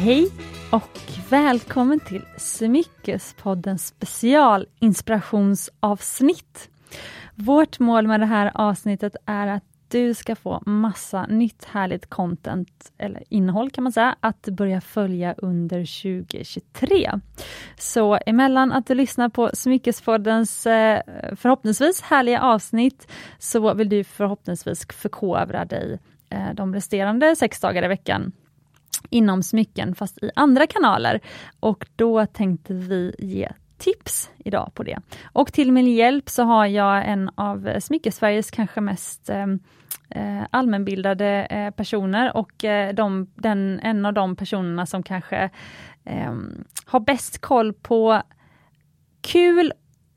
Hej och välkommen till Smyckespoddens specialinspirationsavsnitt. Vårt mål med det här avsnittet är att du ska få massa nytt härligt content, eller innehåll kan man säga, att börja följa under 2023. Så emellan att du lyssnar på Smyckespoddens förhoppningsvis härliga avsnitt, så vill du förhoppningsvis förkovra dig de resterande 6 dagar i veckan inom smycken, fast i andra kanaler. Och då tänkte vi ge tips idag på det. Och till min hjälp så har jag en av Smyckesveriges kanske mest allmänbildade personer, och en av de personerna som kanske har bäst koll på kul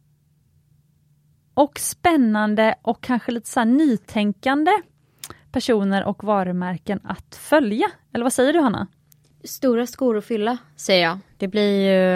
och spännande och kanske lite så här nytänkande personer och varumärken att följa. Eller vad säger du, Hanna? Stora skor att fylla, säger jag. Det blir ju...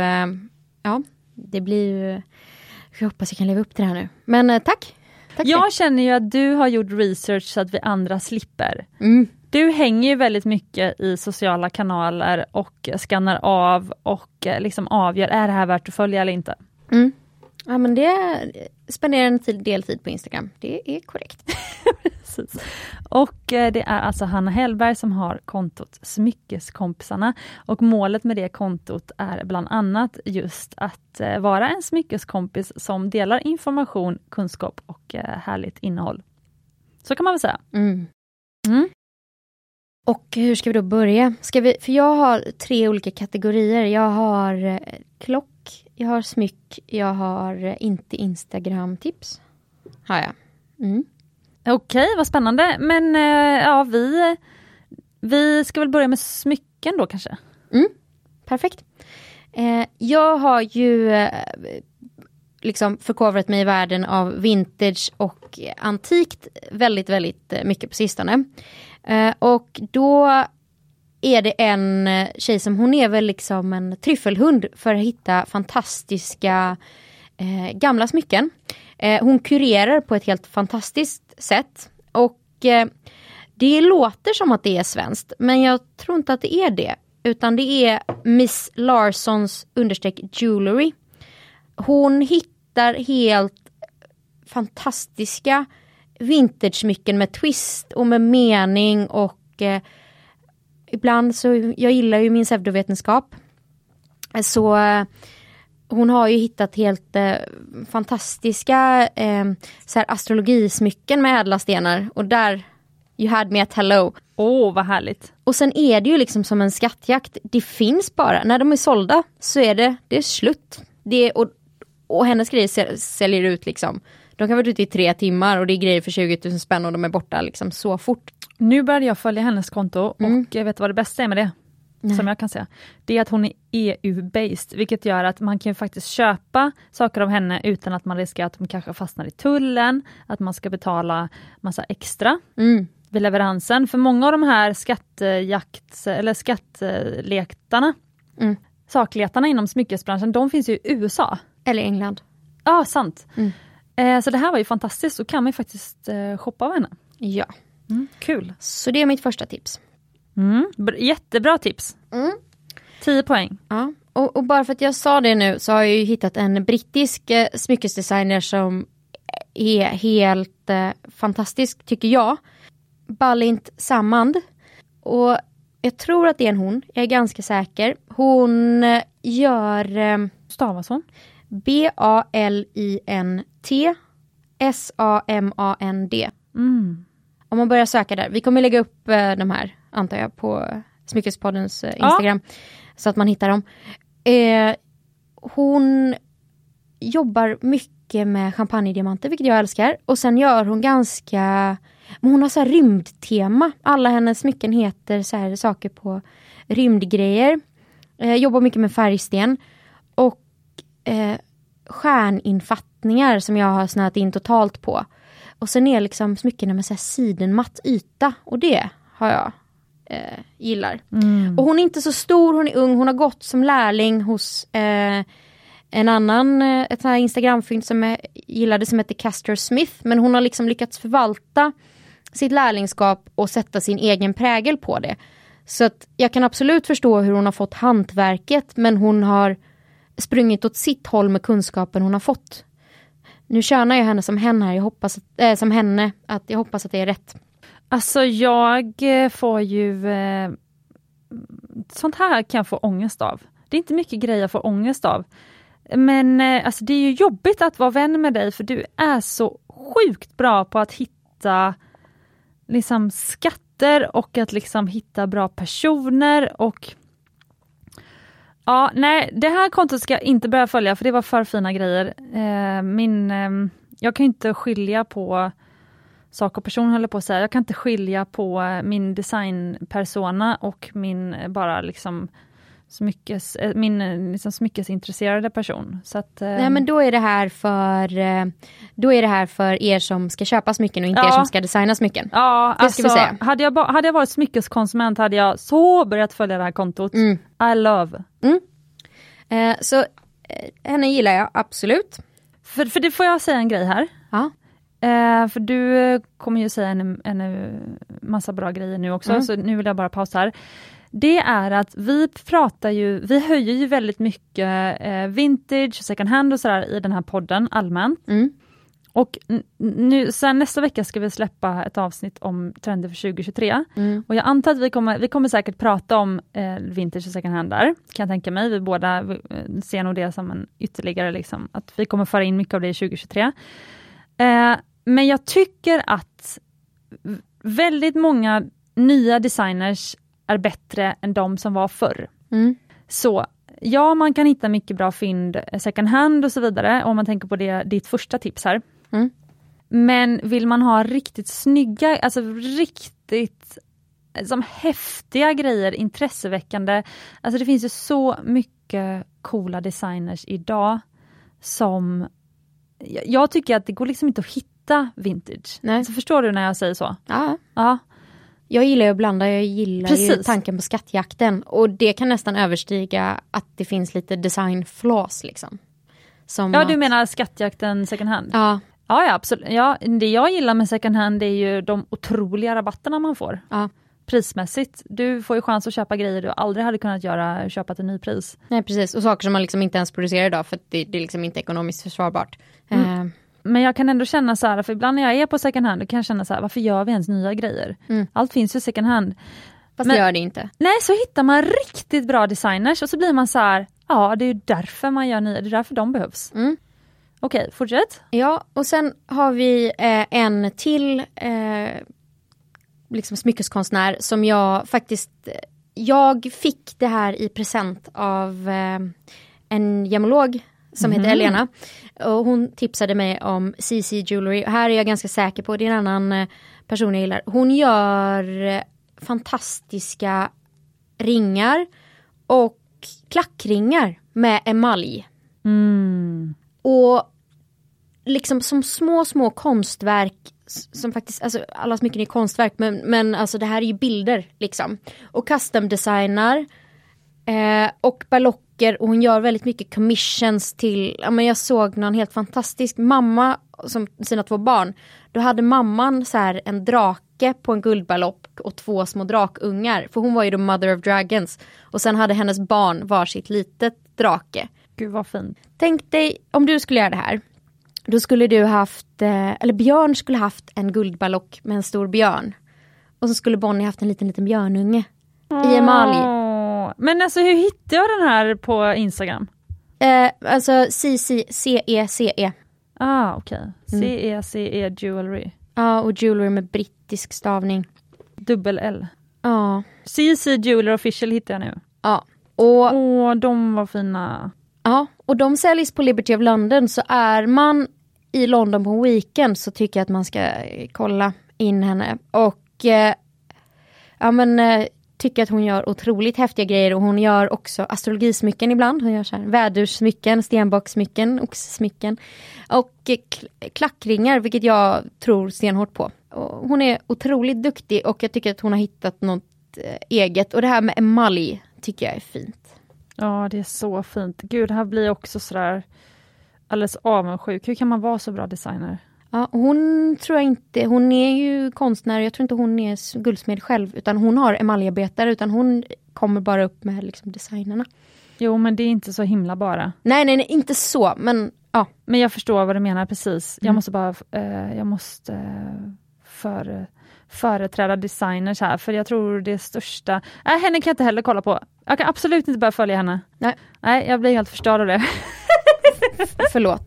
Jag hoppas jag kan leva upp till det här nu. Men tack. Jag känner ju att du har gjort research så att vi andra slipper. Du hänger ju väldigt mycket i sociala kanaler och skannar av och liksom avgör, är det här värt att följa eller inte? Ja, men det spenderar en del tid på Instagram. Det är korrekt. Precis. Och det är alltså Hanna Hellberg som har kontot Smyckeskompisarna. Och målet med det kontot är bland annat just att vara en smyckeskompis som delar information, kunskap och härligt innehåll. Så kan man väl säga. Och hur ska vi då börja? För jag har 3 olika kategorier. Jag har klock, jag har smyck, jag har inte Instagram-tips. Har jag. Okej, vad spännande. Men ja, vi ska väl börja med smycken då kanske? Perfekt. Jag har ju liksom förkovrat mig i världen av vintage och antikt väldigt, väldigt mycket på sistone. Och då är det en tjej som, hon är väl liksom en tryffelhund för att hitta fantastiska gamla smycken. Hon kurerar på ett helt fantastiskt sätt. Och det låter som att det är svenskt, men jag tror inte att det är det. Utan det är Miss Larssons _jewelry. Hon hittar helt fantastiska vintage-smycken med twist och med mening. Och ibland så, jag gillar ju min pseudovetenskap. Så hon har ju hittat helt fantastiska så här astrologismycken med ädla stenar. Och där, you had me at hello. Vad härligt. Och sen är det ju liksom som en skattjakt. Det finns bara, när de är sålda så är det slut. Och hennes grejer säljer ut liksom. De kan vara ute i 3 timmar och det är grejer för 20 000 spänn och de är borta liksom så fort. Nu började jag följa hennes konto och jag vet vad det bästa är med det. Som jag kan säga. Det är att hon är EU-based, vilket gör att man kan faktiskt köpa saker av henne utan att man riskerar att de kanske fastnar i tullen, att man ska betala massa extra vid leveransen. För många av de här skattletarna, sakletarna inom smyckesbranschen, de finns ju i USA. Eller England. Ja, sant. Så det här var ju fantastiskt, och kan man ju faktiskt shoppa av henne. Ja. Kul. Så det är mitt första tips. Jättebra tips. 10 poäng. Ja. Och bara för att jag sa det nu så har jag ju hittat en brittisk smyckesdesigner som är helt fantastisk, tycker jag. Balint Samand. Och jag tror att det är en hon. Jag är ganska säker. Hon gör... Stavas hon? BALINT SAMAND. Om man börjar söka där. Vi kommer lägga upp de här, antar jag, på Smyckespoddens Instagram. Ja. Så att man hittar dem. Hon jobbar mycket med champagnediamanter, vilket jag älskar. Och sen gör hon ganska... Men hon har så här rymdtema. Alla hennes smycken heter så här saker på rymdgrejer. Jobbar mycket med färgsten. Och stjärninfattningar som jag har snöat in totalt på. Och sen är liksom smyckena med så här sidenmatt yta. Och det har jag gillar. Och hon är inte så stor, hon är ung. Hon har gått som lärling hos en annan ett sånt här Instagramfynd som jag gillade som heter Castor Smith. Men hon har liksom lyckats förvalta sitt lärlingskap och sätta sin egen prägel på det. Så att jag kan absolut förstå hur hon har fått hantverket, men hon har sprungit åt sitt håll med kunskapen hon har fått. Nu könar jag henne som henne här. Jag hoppas att det är rätt. Alltså jag får ju... sånt här kan jag få ångest av. Det är inte mycket grejer jag får ångest av. Men alltså det är ju jobbigt att vara vän med dig, för du är så sjukt bra på att hitta liksom skatter och att liksom hitta bra personer och ja, nej, det här kontot ska jag inte börja följa för det var för fina grejer. Jag kan inte skilja på sak och person, håller på att säga. Jag kan inte skilja på min designpersona och min bara liksom smyckesintresserade person. Så att, nej, men då är det här för er som ska köpa smycken och inte er som ska designa smycken. Ja, det ska vi säga. Hade jag varit smyckeskonsument hade jag så börjat följa det här kontot. I love. Så henne gillar jag absolut. För det får jag säga en grej här. Ja. För du kommer ju säga en massa bra grejer nu också, så nu vill jag bara pausa här. Det är att vi höjer ju väldigt mycket vintage, second hand och sådär i den här podden allmänt. Och nu, sen nästa vecka ska vi släppa ett avsnitt om trender för 2023. Och jag antar att vi kommer säkert prata om vintage och second hand där, kan jag tänka mig. Vi båda ser nog det som en ytterligare liksom, att vi kommer föra in mycket av det i 2023. Men jag tycker att väldigt många nya designers är bättre än de som var förr. Så ja, man kan hitta mycket bra fynd second hand och så vidare, om man tänker på ditt första tips här. Men vill man ha riktigt snygga, alltså riktigt som häftiga grejer, intresseväckande, alltså det finns ju så mycket coola designers idag som jag tycker att det går liksom inte att hitta vintage. Nej. Så förstår du när jag säger så? Ja. Jag gillar ju att blanda, jag gillar ju tanken på skattjakten. Och det kan nästan överstiga att det finns lite design flaws liksom. Du menar skattjakten second hand? Ja. Ja, absolut. Ja, det jag gillar med second hand är ju de otroliga rabatterna man får. Ja. Prismässigt. Du får ju chans att köpa grejer du aldrig hade kunnat köpa till nypris. Nej, precis. Och saker som man liksom inte ens producerar idag för att det är liksom inte ekonomiskt försvarbart. Men jag kan ändå känna så här, för ibland när jag är på second hand då kan jag känna så här, varför gör vi ens nya grejer? Allt finns ju second hand. Fast det gör det inte. Nej, så hittar man riktigt bra designers och så blir man så här, ja, det är ju därför man gör nya, det är därför de behövs. Okej, fortsätt. Ja, och sen har vi en till liksom smyckeskonstnär som jag fick det här i present av en gemolog som heter Elena. Och hon tipsade mig om CC Jewelry. Och här är jag ganska säker på, det är en annan person jag gillar. Hon gör fantastiska ringar och klackringar med emalj. Och liksom som små konstverk som faktiskt, alltså alla smycken är konstverk men alltså det här är ju bilder liksom. Och custom designar och ballocker, och hon gör väldigt mycket commissions till, ja men jag såg någon helt fantastisk mamma som sina 2 barn. Då hade mamman så här en drake på en guldballock och 2 små drakungar, för hon var ju the mother of dragons, och sen hade hennes barn varsitt litet drake. Gud vad fint. Tänk dig om du skulle göra det här. Då skulle du eller Björn skulle haft en guldballock med en stor björn. Och så skulle Bonnie haft en liten björnunge i emalj. Men alltså hur hittar jag den här på Instagram? Alltså CECE. Okej. CECE Jewelry. Ja, och jewelry med brittisk stavning. Dubbel L. Ja. CEC Jewelry Official hittar jag nu. Ja. Och de var fina. Ja, och de säljs på Liberty of London, så är man i London på en weekend så tycker jag att man ska kolla in henne. Och tycker att hon gör otroligt häftiga grejer, och hon gör också astrologismycken ibland. Hon gör så här vädursmycken, stenbocksmycken, oxsmycken och klackringar, vilket jag tror stenhårt på. Och hon är otroligt duktig och jag tycker att hon har hittat något eget. Och det här med emalj tycker jag är fint. Ja, det är så fint. Gud, det här blir också sådär alldeles avundsjuk. Hur kan man vara så bra designer? Ja, hon tror jag inte, hon är ju konstnär, jag tror inte hon är guldsmed själv, utan hon har emaljarbetare, utan hon kommer bara upp med liksom designerna. Jo, men det är inte så himla bara. Nej, inte så, men ja. Men jag förstår vad du menar precis. Jag måste bara, företräda designers här, för jag tror det största... henne kan jag inte heller kolla på. Jag kan absolut inte börja följa henne. Nej, jag blir helt förstörd av det. Förlåt.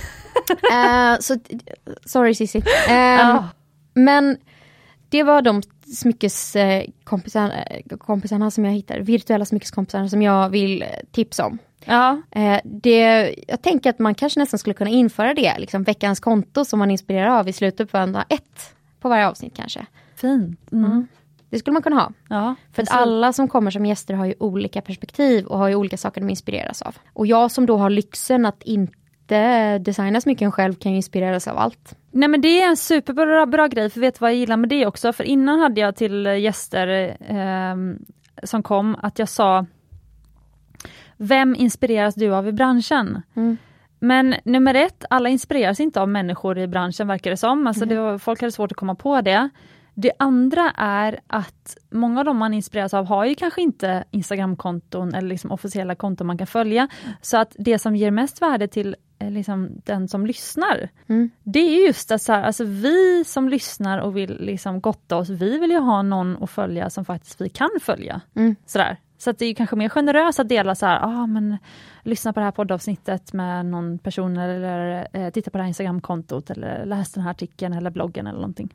Sorry Cissi. Men det var de smyckeskompisarna som jag hittar. Virtuella smyckeskompisarna som jag vill tipsa om. Ja. Jag tänker att man kanske nästan skulle kunna införa det. Liksom veckans konto som man inspirerar av i slutet på ett på varje avsnitt kanske. Fint. Det skulle man kunna ha. Ja, för att alla som kommer som gäster har ju olika perspektiv och har ju olika saker de inspireras av. Och jag som då har lyxen att inte designa smycken själv kan ju inspireras av allt. Nej, men det är en superbra grej, för vet vad jag gillar med det också. För innan hade jag till gäster som kom att jag sa: vem inspireras du av i branschen? Men nummer 1, alla inspireras inte av människor i branschen, verkar det som. Alltså folk hade svårt att komma på det. Det andra är att många av dem man inspireras av har ju kanske inte Instagram-konton eller liksom officiella konton man kan följa. Så att det som ger mest värde till liksom den som lyssnar, det är just att så här, alltså vi som lyssnar och vill liksom gotta oss, vi vill ju ha någon att följa som faktiskt vi kan följa. Sådär. Så att det är kanske mer generöst att dela så här, men lyssna på det här poddavsnittet med någon person, eller titta på det här Instagram-kontot, eller läs den här artikeln eller bloggen eller någonting.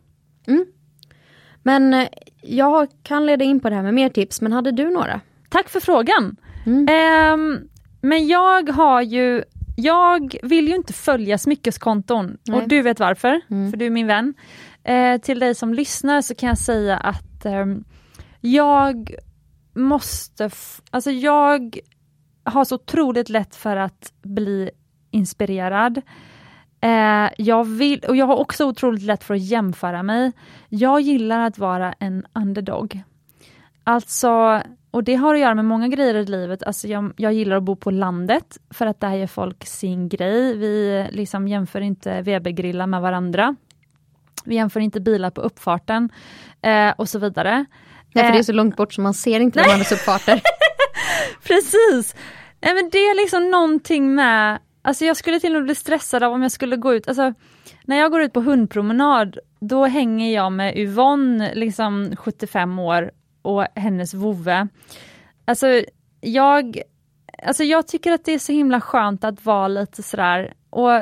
Men jag kan leda in på det här med mer tips, men hade du några? Tack för frågan. Men jag vill ju inte följa smyckeskonton. Nej. Och du vet varför, för du är min vän. Till dig som lyssnar så kan jag säga att jag har så otroligt lätt för att bli inspirerad. Jag har också otroligt lätt för att jämföra mig. Jag gillar att vara en underdog. Alltså, och det har att göra med många grejer i livet. Alltså jag gillar att bo på landet, för att där gör folk sin grej. Vi liksom jämför inte Webergrillar med varandra. Vi jämför inte bilar på uppfarten och så vidare. Nej, för det är så långt bort så man ser inte varandras uppfarter. Precis. Nej, men det är liksom någonting med... Alltså jag skulle till och med bli stressad av om jag skulle gå ut. Alltså, när jag går ut på hundpromenad, då hänger jag med Yvonne, liksom 75 år, och hennes vovve. Alltså jag tycker att det är så himla skönt att vara lite sådär. Och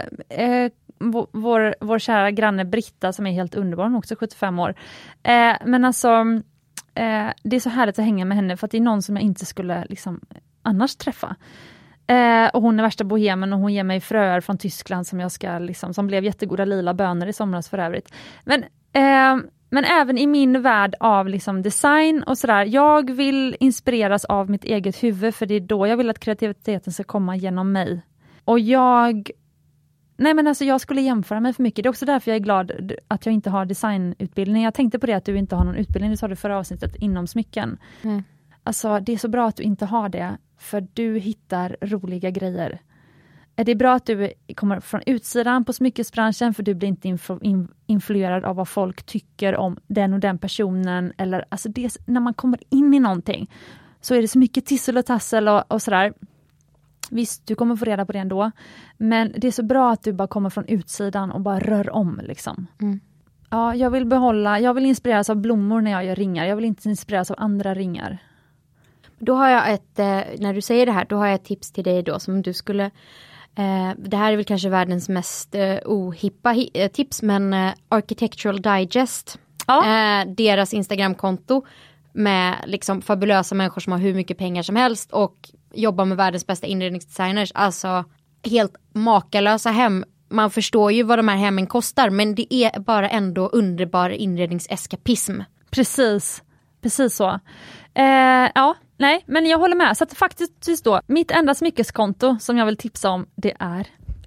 vår kära granne Britta, som är helt underbar, hon är också 75 år. Men alltså, det är så härligt att hänga med henne, för att det är någon som jag inte skulle liksom annars träffa. Och hon är värsta bohemen, och hon ger mig fröer från Tyskland som jag ska liksom, som blev jättegoda lila bönor i somras för övrigt. Men även i min värld av liksom design och sådär, jag vill inspireras av mitt eget huvud, för det är då jag vill att kreativiteten ska komma genom mig. Och jag skulle jämföra mig för mycket. Det är också därför jag är glad att jag inte har designutbildning. Jag tänkte på det, att du inte har någon utbildning, det sa du förra avsnittet, inom smycken. Alltså det är så bra att du inte har det, för du hittar roliga grejer. Det är bra att du kommer från utsidan på smyckesbranschen, för du blir inte influerad av vad folk tycker om den och den personen. Eller, alltså när man kommer in i någonting så är det så mycket tissel och tassel och sådär. Visst, du kommer få reda på det ändå. Men det är så bra att du bara kommer från utsidan och bara rör om liksom. Ja, jag vill inspireras av blommor när jag gör ringar. Jag vill inte inspireras av andra ringar. Då har jag när du säger det här, då har jag ett tips till dig då, som du skulle, det här är väl kanske världens mest ohippa tips, men Architectural Digest, deras Instagramkonto med liksom fabulösa människor som har hur mycket pengar som helst och jobbar med världens bästa inredningsdesigners, alltså helt makalösa hem. Man förstår ju vad de här hemmen kostar, men det är bara ändå underbar inredningseskapism. Precis så. Nej, men jag håller med. Så att faktiskt då, mitt enda smyckeskonto som jag vill tipsa om, det är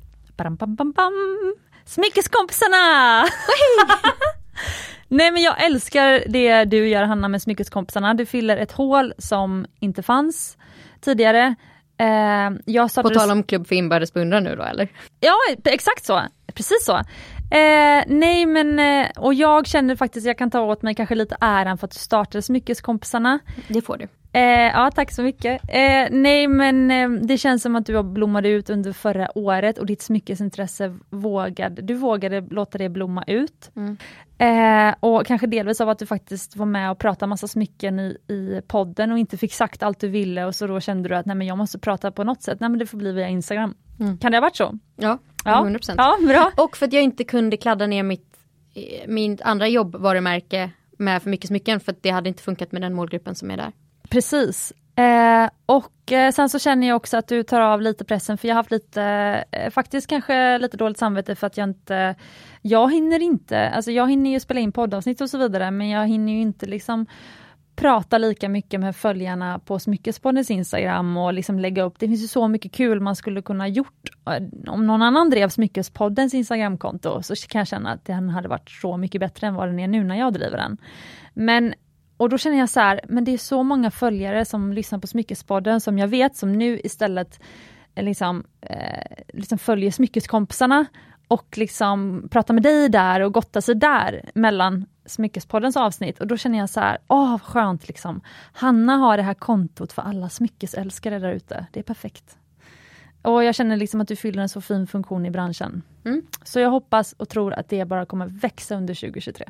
Smyckeskompisarna! Nej, men jag älskar det du gör, Hanna, med Smyckeskompisarna. Du fyller ett hål som inte fanns tidigare. På tal om klubb för inbördes beundran nu då, eller? Ja, exakt så. Precis så. Nej men, och jag känner faktiskt att jag kan ta åt mig kanske lite äran för att du startade Smyckeskompisarna. Det får du. Ja, tack så mycket. Nej men det känns som att du har blommat ut under förra året och ditt smyckesintresse du vågade låta det blomma ut. Och kanske delvis av att du faktiskt var med och pratade massa smycken i podden och inte fick sagt allt du ville och så då kände du att nej men jag måste prata på något sätt. Nej men det får bli via Instagram. Kan det ha varit så? Ja, 100%. Ja, bra. Och för att jag inte kunde kladda ner mitt andra jobbvarumärke med för mycket smycken för att det hade inte funkat med den målgruppen som är där. Precis. Och sen så känner jag också att du tar av lite pressen för jag har haft lite, faktiskt kanske lite dåligt samvete för att jag hinner ju spela in poddavsnitt och så vidare men jag hinner ju inte liksom prata lika mycket med följarna på Smyckespoddens Instagram och liksom lägga upp. Det finns ju så mycket kul man skulle kunna gjort. Om någon annan drev Smyckespoddens Instagramkonto så kan jag känna att den hade varit så mycket bättre än vad den är nu när jag driver den. Och då känner jag så här, men det är så många följare som lyssnar på Smyckespodden som jag vet som nu istället liksom följer Smyckeskompisarna och liksom pratar med dig där och gottar sig där mellan Smyckespoddens avsnitt. Och då känner jag så här, vad skönt liksom. Hanna har det här kontot för alla smyckesälskare där ute. Det är perfekt. Och jag känner liksom att du fyller en så fin funktion i branschen. Så jag hoppas och tror att det bara kommer växa under 2023.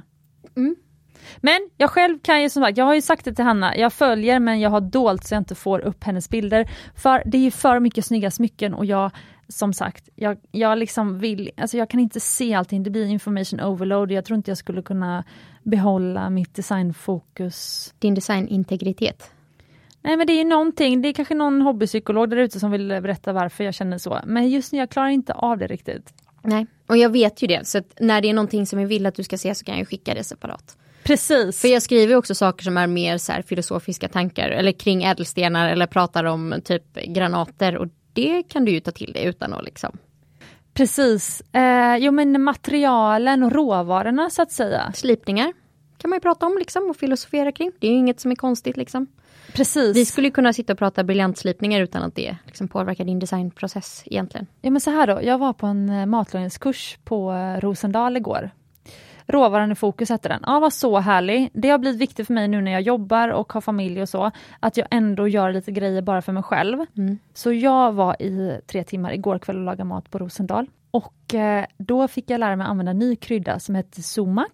Men jag själv kan ju som sagt, jag har ju sagt det till Hanna, jag följer men jag har dolt så jag inte får upp hennes bilder. För det är ju för mycket snygga smycken och jag, som sagt, jag liksom vill, alltså jag kan inte se allting, det blir information overload. Jag tror inte jag skulle kunna behålla mitt designfokus. Din designintegritet. Nej men det är ju någonting, det är kanske någon hobbypsykolog där ute som vill berätta varför jag känner så. Men just nu jag klarar inte av det riktigt. Nej, och jag vet ju det. Så att när det är någonting som jag vill att du ska se så kan jag skicka det separat. Precis. För jag skriver också saker som är mer så här filosofiska tankar eller kring ädelstenar eller pratar om typ granater och det kan du ju ta till dig utan att liksom. Precis. Jo men materialen och råvarorna så att säga. Slipningar kan man ju prata om liksom och filosofera kring. Det är ju inget som är konstigt liksom. Precis. Vi skulle kunna sitta och prata briljantslipningar utan att det liksom påverkar din designprocess egentligen. Ja men så här då, jag var på en matlagningskurs på Rosendal igår. Råvaran i fokus heter den. Ja, var så härlig. Det har blivit viktigt för mig nu när jag jobbar och har familj och så. Att jag ändå gör lite grejer bara för mig själv. Så jag var i 3 timmar igår kväll och lagade mat på Rosendal. Och då fick jag lära mig använda en ny krydda som heter sumac.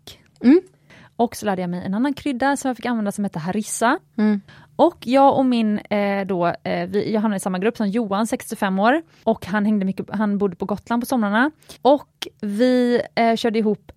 Och så lärde jag mig en annan krydda som jag fick använda som heter harissa. Och jag och min, jag hamnade i samma grupp som Johan, 65 år. Och han bodde på Gotland på somrarna. Och vi körde ihop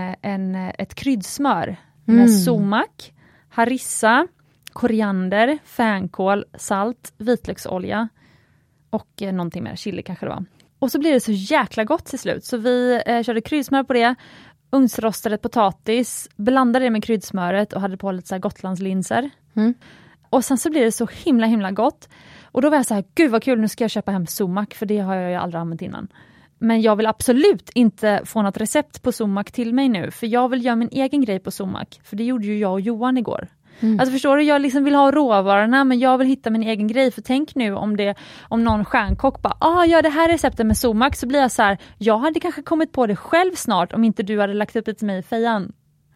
ett kryddsmör med sumac, harissa, koriander, fänkål, salt, vitlöksolja och någonting mer, chili kanske det var. Och så blev det så jäkla gott till slut. Så vi körde kryddsmör på det. Ugnsrostade potatis, blandade det med kryddsmöret och hade på lite så här gotlandslinser. Och sen så blir det så himla gott. Och då var jag så här, gud vad kul, nu ska jag köpa hem sumac för det har jag ju aldrig använt innan. Men jag vill absolut inte få något recept på sumac till mig nu. För jag vill göra min egen grej på sumac. För det gjorde ju jag och Johan igår. Alltså förstår du, jag liksom vill ha råvarorna men jag vill hitta min egen grej. För tänk nu om någon stjärnkock bara, gör det här receptet med sumac, så blir jag så här, jag hade kanske kommit på det själv snart om inte du hade lagt upp det till mig i fejan.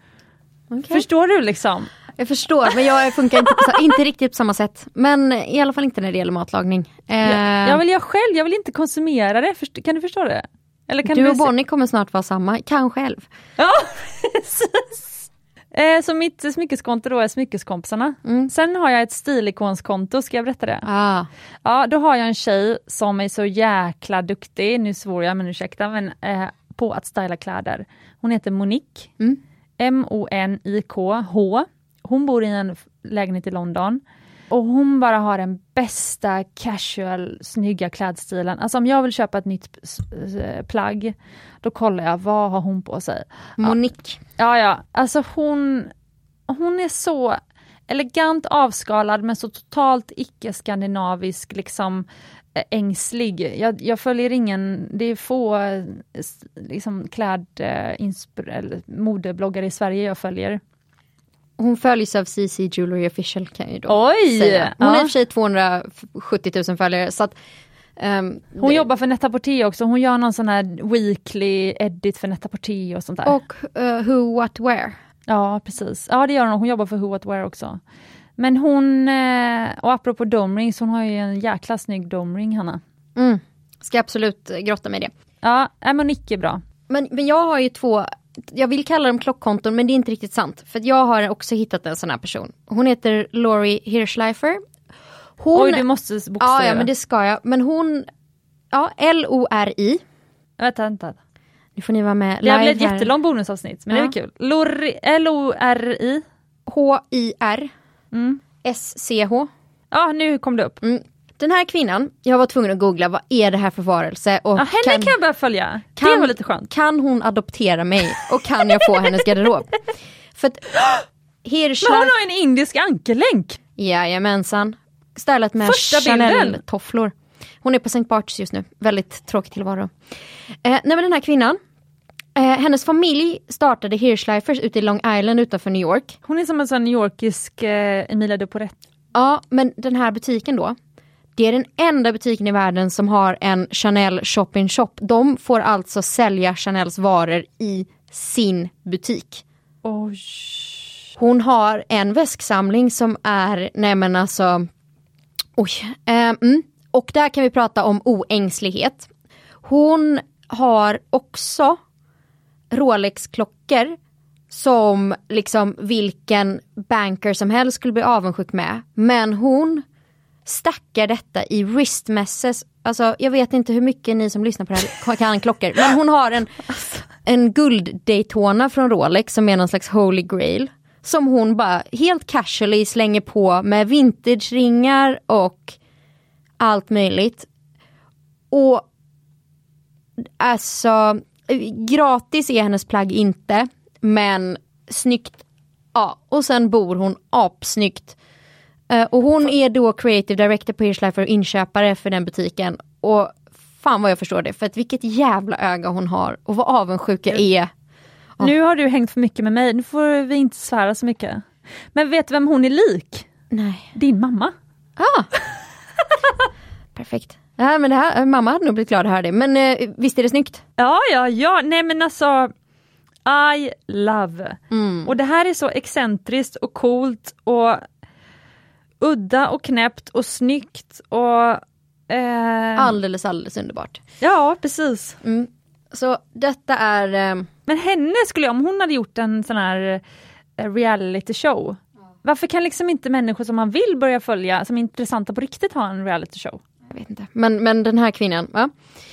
Okay. Förstår du liksom? Jag förstår, men jag funkar inte riktigt på samma sätt. Men i alla fall inte när det gäller matlagning. Jag vill göra själv, jag vill inte konsumera det. Kan du förstå det? Eller kan du och Bonnie kommer snart vara samma, kan själv. Ja, precis. Så mitt smyckeskonto då är Smyckeskompisarna. Sen har jag ett stilikonskonto, ska jag berätta det? Ja, då har jag en tjej som är så jäkla duktig, nu svor jag men ursäkta, men på att styla kläder. Hon heter Monique. Monikh. Hon bor i en lägenhet i London. Och hon bara har den bästa casual, snygga klädstilen. Alltså om jag vill köpa ett nytt plagg, då kollar jag, vad har hon på sig? Monique. Ja. Alltså hon är så elegant avskalad men så totalt icke-skandinavisk liksom ängslig. Jag följer ingen, det är få liksom modebloggare i Sverige jag följer. Hon följs av CC Jewelry Official kan jag ju då säga. Hon har i och för sig 270 000 följare så att Hon jobbar för Net-a-Porter också. Hon gör någon sån här weekly edit för Net-a-Porter och sånt där. Och Who What Where. Ja, precis. Ja, det gör hon. Hon jobbar för Who What Where också. Men hon, och apropå domrings, hon har ju en jäkla snygg domring, Hanna. Ska absolut grotta med det. Ja, Monique är bra. Men jag har ju 2, jag vill kalla dem klockkonton, men det är inte riktigt sant. För jag har också hittat en sån här person. Hon heter Lori Hirschleifer. Oj, du måste bokstavera. Ja, men det ska jag. Men hon, Lori. Vänta. Nu får ni vara med det live här. Det blir ett jättelångt bonusavsnitt, men det är kul. Lori. H-I-R. S-C-H. Ja, nu kom det upp. Den här kvinnan, jag var tvungen att googla, vad är det här för varelse? Och henne kan jag börja följa. Det var lite skönt. Kan hon adoptera mig och kan jag få hennes garderob? För att men hon har en indisk ankelänk. Jajamensan. Stylat med Chanel-tofflor. Hon är på St. Barts just nu. Väldigt tråkig tillvaro. Nej, men den här kvinnan, hennes familj startade Hirschleifers ute i Long Island utanför New York. Hon är som en sån newyorkisk Emilia de Porrette. Ja, men den här butiken då, det är den enda butiken i världen som har en Chanel shop-in-shop. De får alltså sälja Chanels varor i sin butik. Oj. Hon har en väsksamling som är, nej men alltså, och där kan vi prata om oängslighet. Hon har också Rolex-klockor som liksom vilken banker som helst skulle bli avundsjuk med. Men hon stackar detta i wristmesses. Alltså jag vet inte hur mycket ni som lyssnar på det här kan klockor. Men hon har en guld Daytona från Rolex som är någon slags holy grail. Som hon bara helt casually slänger på med vintage-ringar och allt möjligt. Och alltså gratis är hennes plagg inte, men snyggt. Ja, och sen bor hon apsnyggt. Och hon är då creative director på Hirschleifer och inköpare för den butiken. Och fan vad jag förstår det, för att vilket jävla öga hon har och vad avundsjuka är. Oh. Nu har du hängt för mycket med mig, nu får vi inte svära så mycket. Men vet du vem hon är lik? Nej. Din mamma. Perfekt. Ja, men det här, mamma hade nog blivit glad att höra det. Men visst är det snyggt? Ja. Nej men alltså, I love. Och det här är så excentriskt och coolt och udda och knäppt och snyggt och alldeles underbart. Ja, precis. Så detta är men henne skulle jag, om hon hade gjort en sån här reality show. Varför kan liksom inte människor som man vill börja följa, som är intressanta på riktigt, ha en reality show? Jag vet inte. Men den här kvinnan, va?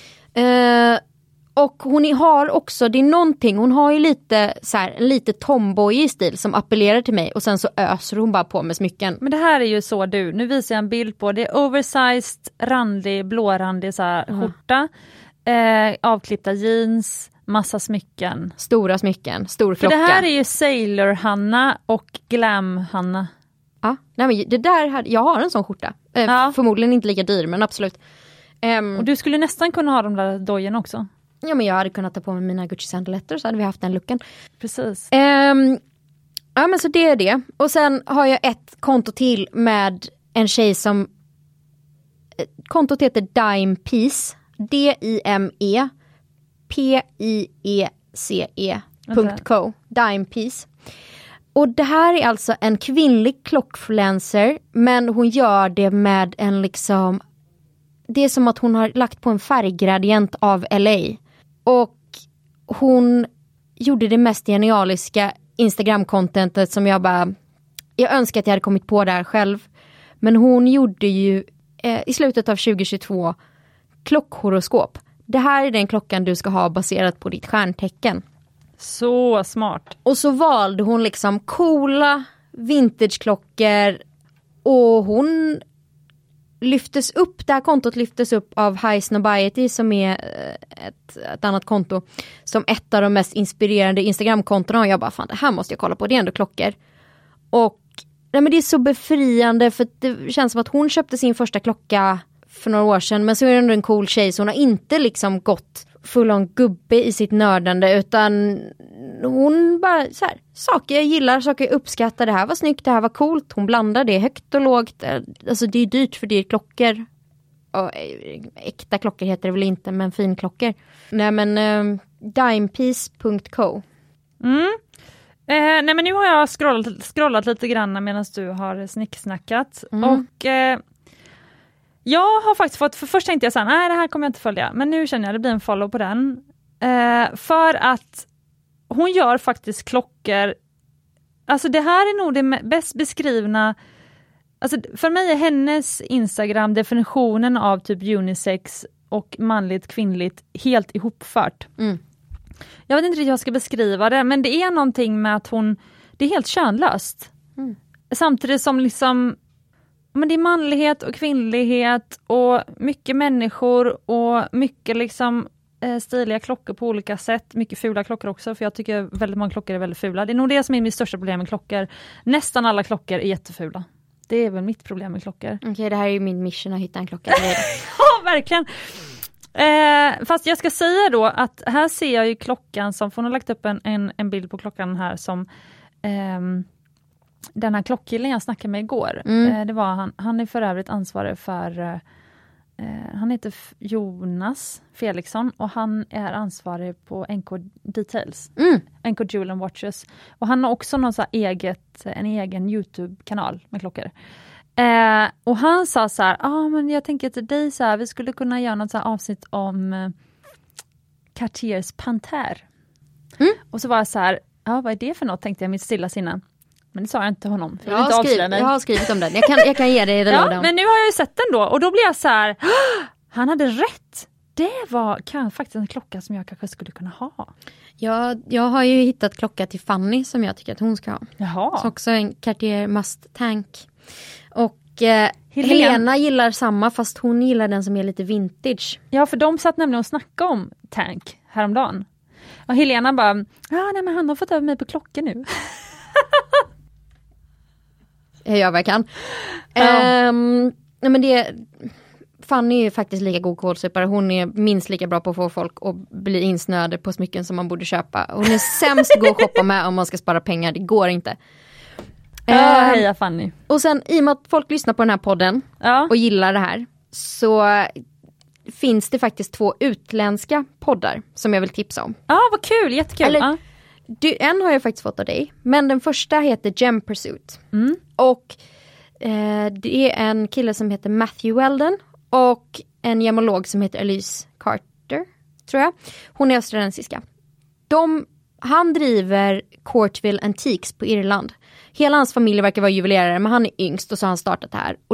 Och hon har också, det är någonting, hon har ju lite tomboy stil som appellerar till mig och sen så öser hon bara på med smycken. Men det här är ju så du, nu visar jag en bild på, det är oversized, randig, blårandig så här, skjorta, avklippta jeans, massa smycken. Stora smycken, stor klocka. För det här är ju Sailor Hanna och Glam Hanna. Ja, nej men det där, jag har en sån skjorta. Förmodligen inte lika dyr, men absolut. Och du skulle nästan kunna ha de där dojorna också. Ja, men jag hade kunnat ta på mig mina Gucci-sandaletter så hade vi haft den looken. Precis. Ja, men så det är det. Och sen har jag ett konto till med en tjej som... Kontot heter Dime Piece. DIMEPIECE.co. Dime Piece. Och det här är alltså en kvinnlig klockfluencer, men hon gör det med en liksom... Det är som att hon har lagt på en färggradient av LA. Och hon gjorde det mest genialiska Instagram-contentet som jag önskar att jag hade kommit på där själv. Men hon gjorde ju i slutet av 2022 klockhoroskop. Det här är den klockan du ska ha baserat på ditt stjärntecken. Så smart. Och så valde hon liksom coola vintageklockor och hon lyftes upp, det här kontot lyftes upp av High Snobiety som är ett annat konto som ett av de mest inspirerande Instagram-kontona och jag bara, fan det här måste jag kolla på, det är ändå klockor. Och nej, men det är så befriande för det känns som att hon köpte sin första klocka för några år sedan, men så är det ändå en cool tjej så hon har inte liksom gått full on gubbe i sitt nördande utan hon bara så här, saker jag gillar, saker jag uppskattar, det här var snyggt, det här var coolt, hon blandar det högt och lågt, alltså det är dyrt för det är klockor och äkta klockor heter det väl inte, men finklockor. Nej men dimepiece.co. Nej men nu har jag scrollat lite grann medan du har snicksnackat. Och jag har faktiskt fått, för först tänkte jag så här, nej det här kommer jag inte följa. Men nu känner jag det blir en follow på den. För att hon gör faktiskt klockor. Alltså det här är nog det bäst beskrivna. Alltså för mig är hennes Instagram definitionen av typ unisex och manligt, kvinnligt helt ihopfört. Jag vet inte riktigt hur jag ska beskriva det, men det är någonting med att det är helt könlöst. Samtidigt som liksom, men det är manlighet och kvinnlighet och mycket människor och mycket liksom stiliga klockor på olika sätt. Mycket fula klockor också, för jag tycker väldigt många klockor är väldigt fula. Det är nog det som är mitt största problem med klockor. Nästan alla klockor är jättefula. Det är väl mitt problem med klockor. Okej, det här är ju min mission att hitta en klocka. Ja, verkligen. Fast jag ska säga då att här ser jag ju klockan som, för hon har lagt upp en bild på klockan här som den här klockkillen jag snackade med igår. Det var han är för övrigt ansvarig för han heter Jonas Felixson och han är ansvarig på NK Details. NK Jewel and Watches. Och han har också någon så här en egen YouTube-kanal med klockor. Och han sa så här, men jag tänker till dig så här, vi skulle kunna göra något så här avsnitt om Cartiers Panthère. Och så var jag så här, vad är det för något, tänkte jag mitt stilla sinne. Men det sa jag inte till honom. Jag har skrivit om den. Jag kan ge dig det. Ja, men nu har jag ju sett den då. Och då blir jag så här, han hade rätt. Det var faktiskt en klocka som jag kanske skulle kunna ha. Jag har ju hittat klocka till Fanny som jag tycker att hon ska ha. Jaha. Så också en Cartier Must Tank. Och Helena gillar samma, fast hon gillar den som är lite vintage. Ja, för de satt nämligen och snackade om Tank häromdagen. Och Helena bara, nej men han har fått över mig på klockor nu. Jag gör vad jag kan. Men Fanny är ju faktiskt lika god kålsupare. Hon är minst lika bra på att få folk att bli insnöade på smycken som man borde köpa. Hon är sämst att gå och shoppa med om man ska spara pengar. Det går inte. Heja Fanny. Och sen i och med att folk lyssnar på den här podden och gillar det här, så finns det faktiskt 2 utländska poddar som jag vill tipsa om. Vad kul, jättekul. En har jag faktiskt fått av dig, men den första heter Gem Pursuit. Och det är en kille som heter Matthew Weldon och en gemolog som heter Elise Carter, tror jag. Hon är australiensiska. Han driver Courtville Antiques på Irland. Hela hans familj verkar vara juvelerare, men han är yngst och så har han startat det här. Och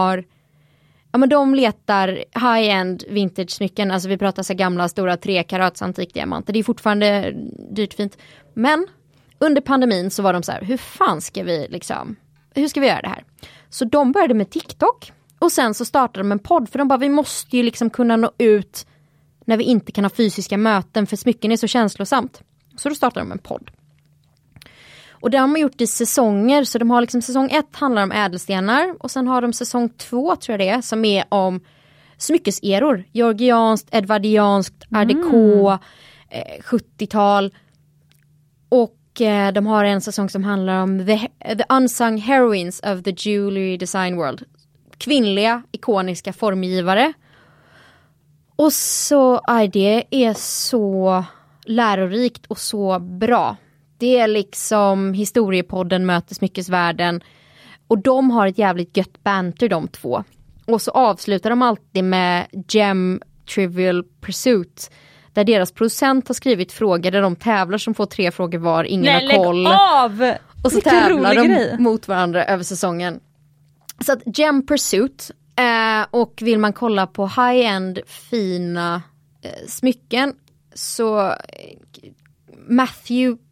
de letar high-end vintage-smycken. Alltså vi pratar så gamla, stora 3 karats antikdiamanter. Det är fortfarande dyrt fint. Men under pandemin så var de så här, hur ska vi göra det här? Så de började med TikTok. Och sen så startade de en podd. För de bara, vi måste ju liksom kunna nå ut när vi inte kan ha fysiska möten. För smycken är så känslosamt. Så då startade de en podd. Och det har man gjort i säsonger. Så de har liksom säsong 1 handlar om ädelstenar. Och sen har de säsong 2 tror jag det är. Som är om smyckeseror. Georgianskt, edvardianskt, art déco, 70-tal. Och de har en säsong som handlar om the unsung heroines of the jewelry design world. Kvinnliga, ikoniska formgivare. Och så det är så lärorikt och så bra. Det är liksom historiepodden möter smyckesvärlden. Och de har ett jävligt gött banter de 2. Och så avslutar de alltid med Gem Trivial Pursuit. Där deras producent har skrivit frågor där de tävlar som får 3 frågor var. Ingen har koll. Och så tävlar de mot varandra över säsongen. Så att Gem Pursuit. Och vill man kolla på high-end fina smycken så Matthew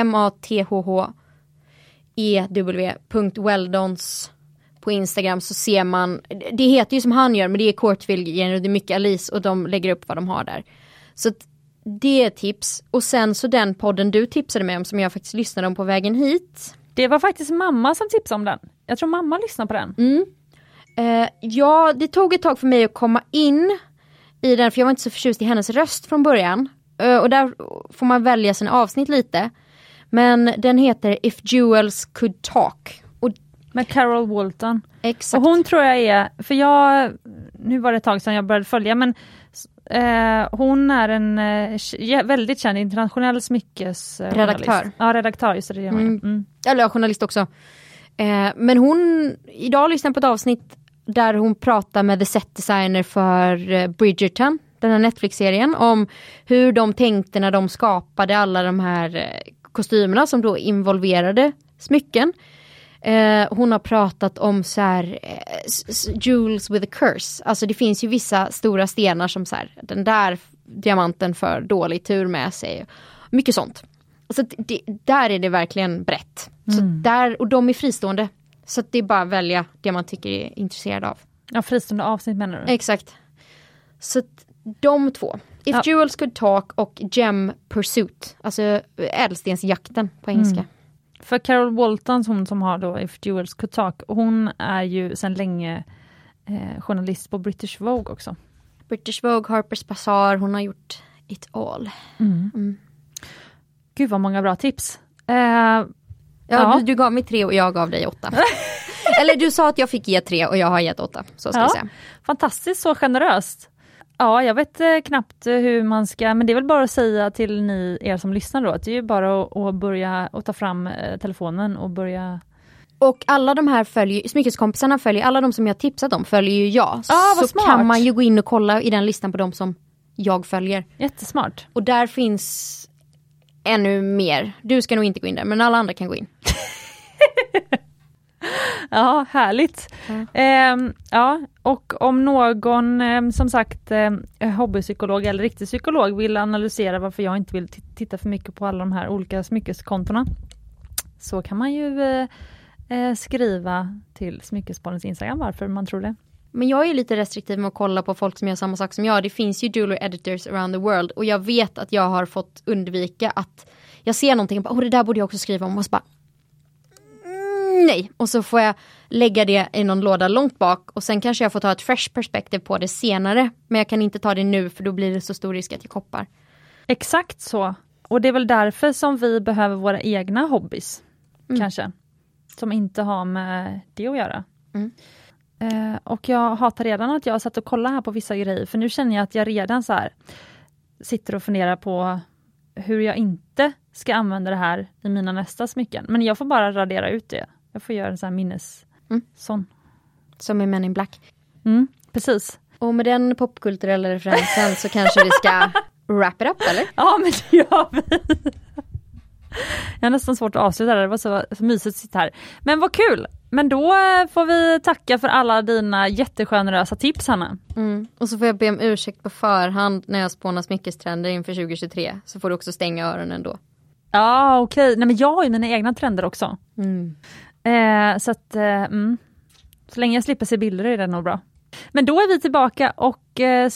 mathhew.weldons på Instagram så ser man, det heter ju som han gör men det är Courtville och det är mycket Alice och de lägger upp vad de har där. Så det är tips. Och sen så den podden du tipsade mig om som jag faktiskt lyssnade om på vägen hit. Det var faktiskt mamma som tipsade om den. Jag tror mamma lyssnar på den. Ja, det tog ett tag för mig att komma in i den för jag var inte så förtjust i hennes röst från början. Och där får man välja sina avsnitt lite. Men den heter If Jewels Could Talk. Med Carol Walton. Exakt. Och hon tror jag är, för nu var det ett tag sedan jag började följa, men hon är en väldigt känd internationell redaktör. Ja, redaktör, just det. Eller journalist också. Men hon, idag lyssnar på ett avsnitt där hon pratar med the set designer för Bridgerton, den här Netflix-serien, om hur de tänkte när de skapade alla de här kostymerna som då involverade smycken. Hon har pratat om så här, jewels with a curse. Alltså det finns ju vissa stora stenar som så här, den där diamanten för dålig tur med sig. Mycket sånt. Så där är det verkligen brett. Så där, och de är fristående. Så att det är bara att välja det man tycker är intresserad av. Ja, fristående avsnitt menar du? Exakt. Så att de två. If Jewels Could Talk och Gem Pursuit. Alltså ädelstensjakten på engelska. För Carol Walton, hon som har då If Jewels Could Talk, hon är ju sedan länge journalist på British Vogue också. British Vogue, Harper's Bazaar, hon har gjort it all. Gud vad många bra tips. Du gav mig 3 och jag gav dig 8. Eller du sa att jag fick ge 3 och jag har gett 8. Så ska jag säga. Fantastiskt, så generöst. Ja, jag vet knappt hur man ska, men det är väl bara att säga till er som lyssnar då, att det är ju bara att börja och ta fram telefonen och börja. Och alla de här smyckeskompisarna följer, alla de som jag tipsat om följer ju jag. Vad så smart. Kan man ju gå in och kolla i den listan på de som jag följer. Jättesmart. Och där finns ännu mer. Du ska nog inte gå in där, men alla andra kan gå in. Ja, härligt. Och om någon som sagt hobbypsykolog eller riktig psykolog vill analysera varför jag inte vill titta för mycket på alla de här olika smyckeskontona, så kan man ju skriva till Smyckespoddens Instagram varför man tror det. Men jag är lite restriktiv med att kolla på folk som gör samma sak som jag. Det finns ju jewelry editors around the world och jag vet att jag har fått undvika att jag ser någonting och bara, det där borde jag också skriva om, och så bara nej. Och så får jag lägga det i någon låda långt bak och sen kanske jag får ta ett fresh perspektiv på det senare. Men jag kan inte ta det nu för då blir det så stor risk att jag koppar. Exakt så. Och det är väl därför som vi behöver våra egna hobbys. Kanske. Som inte har med det att göra. Och jag hatar redan att jag satt och kollade här på vissa grejer. För nu känner jag att jag redan så här sitter och funderar på hur jag inte ska använda det här i mina nästa smycken. Men jag får bara radera ut det. Jag får göra en sån här minnes. Sån. Som i Men in Black. Precis. Och med den popkulturella referensen så kanske vi ska wrap it up, eller? Ja, men det gör vi. Jag har nästan svårt att avsluta det. Det var så mysigt att sitta här. Men vad kul. Men då får vi tacka för alla dina jättegenerösa tips, Hanna. Och så får jag be om ursäkt på förhand när jag spånar smyckestrender inför 2023. Så får du också stänga öronen då. Ja, okej. Nej, men jag har ju mina egna trender också. Så att så länge jag slipper se bilder är det nog bra. Men då är vi tillbaka och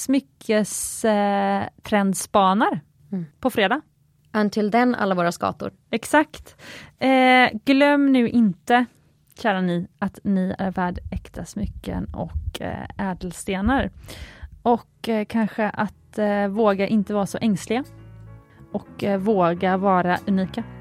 smyckestrendspanar på fredag. Until then, alla våra skator. Exakt. Glöm nu inte, kära ni, att ni är värd äkta smycken och ädelstenar. Och kanske att våga inte vara så ängsliga. Och våga vara unika.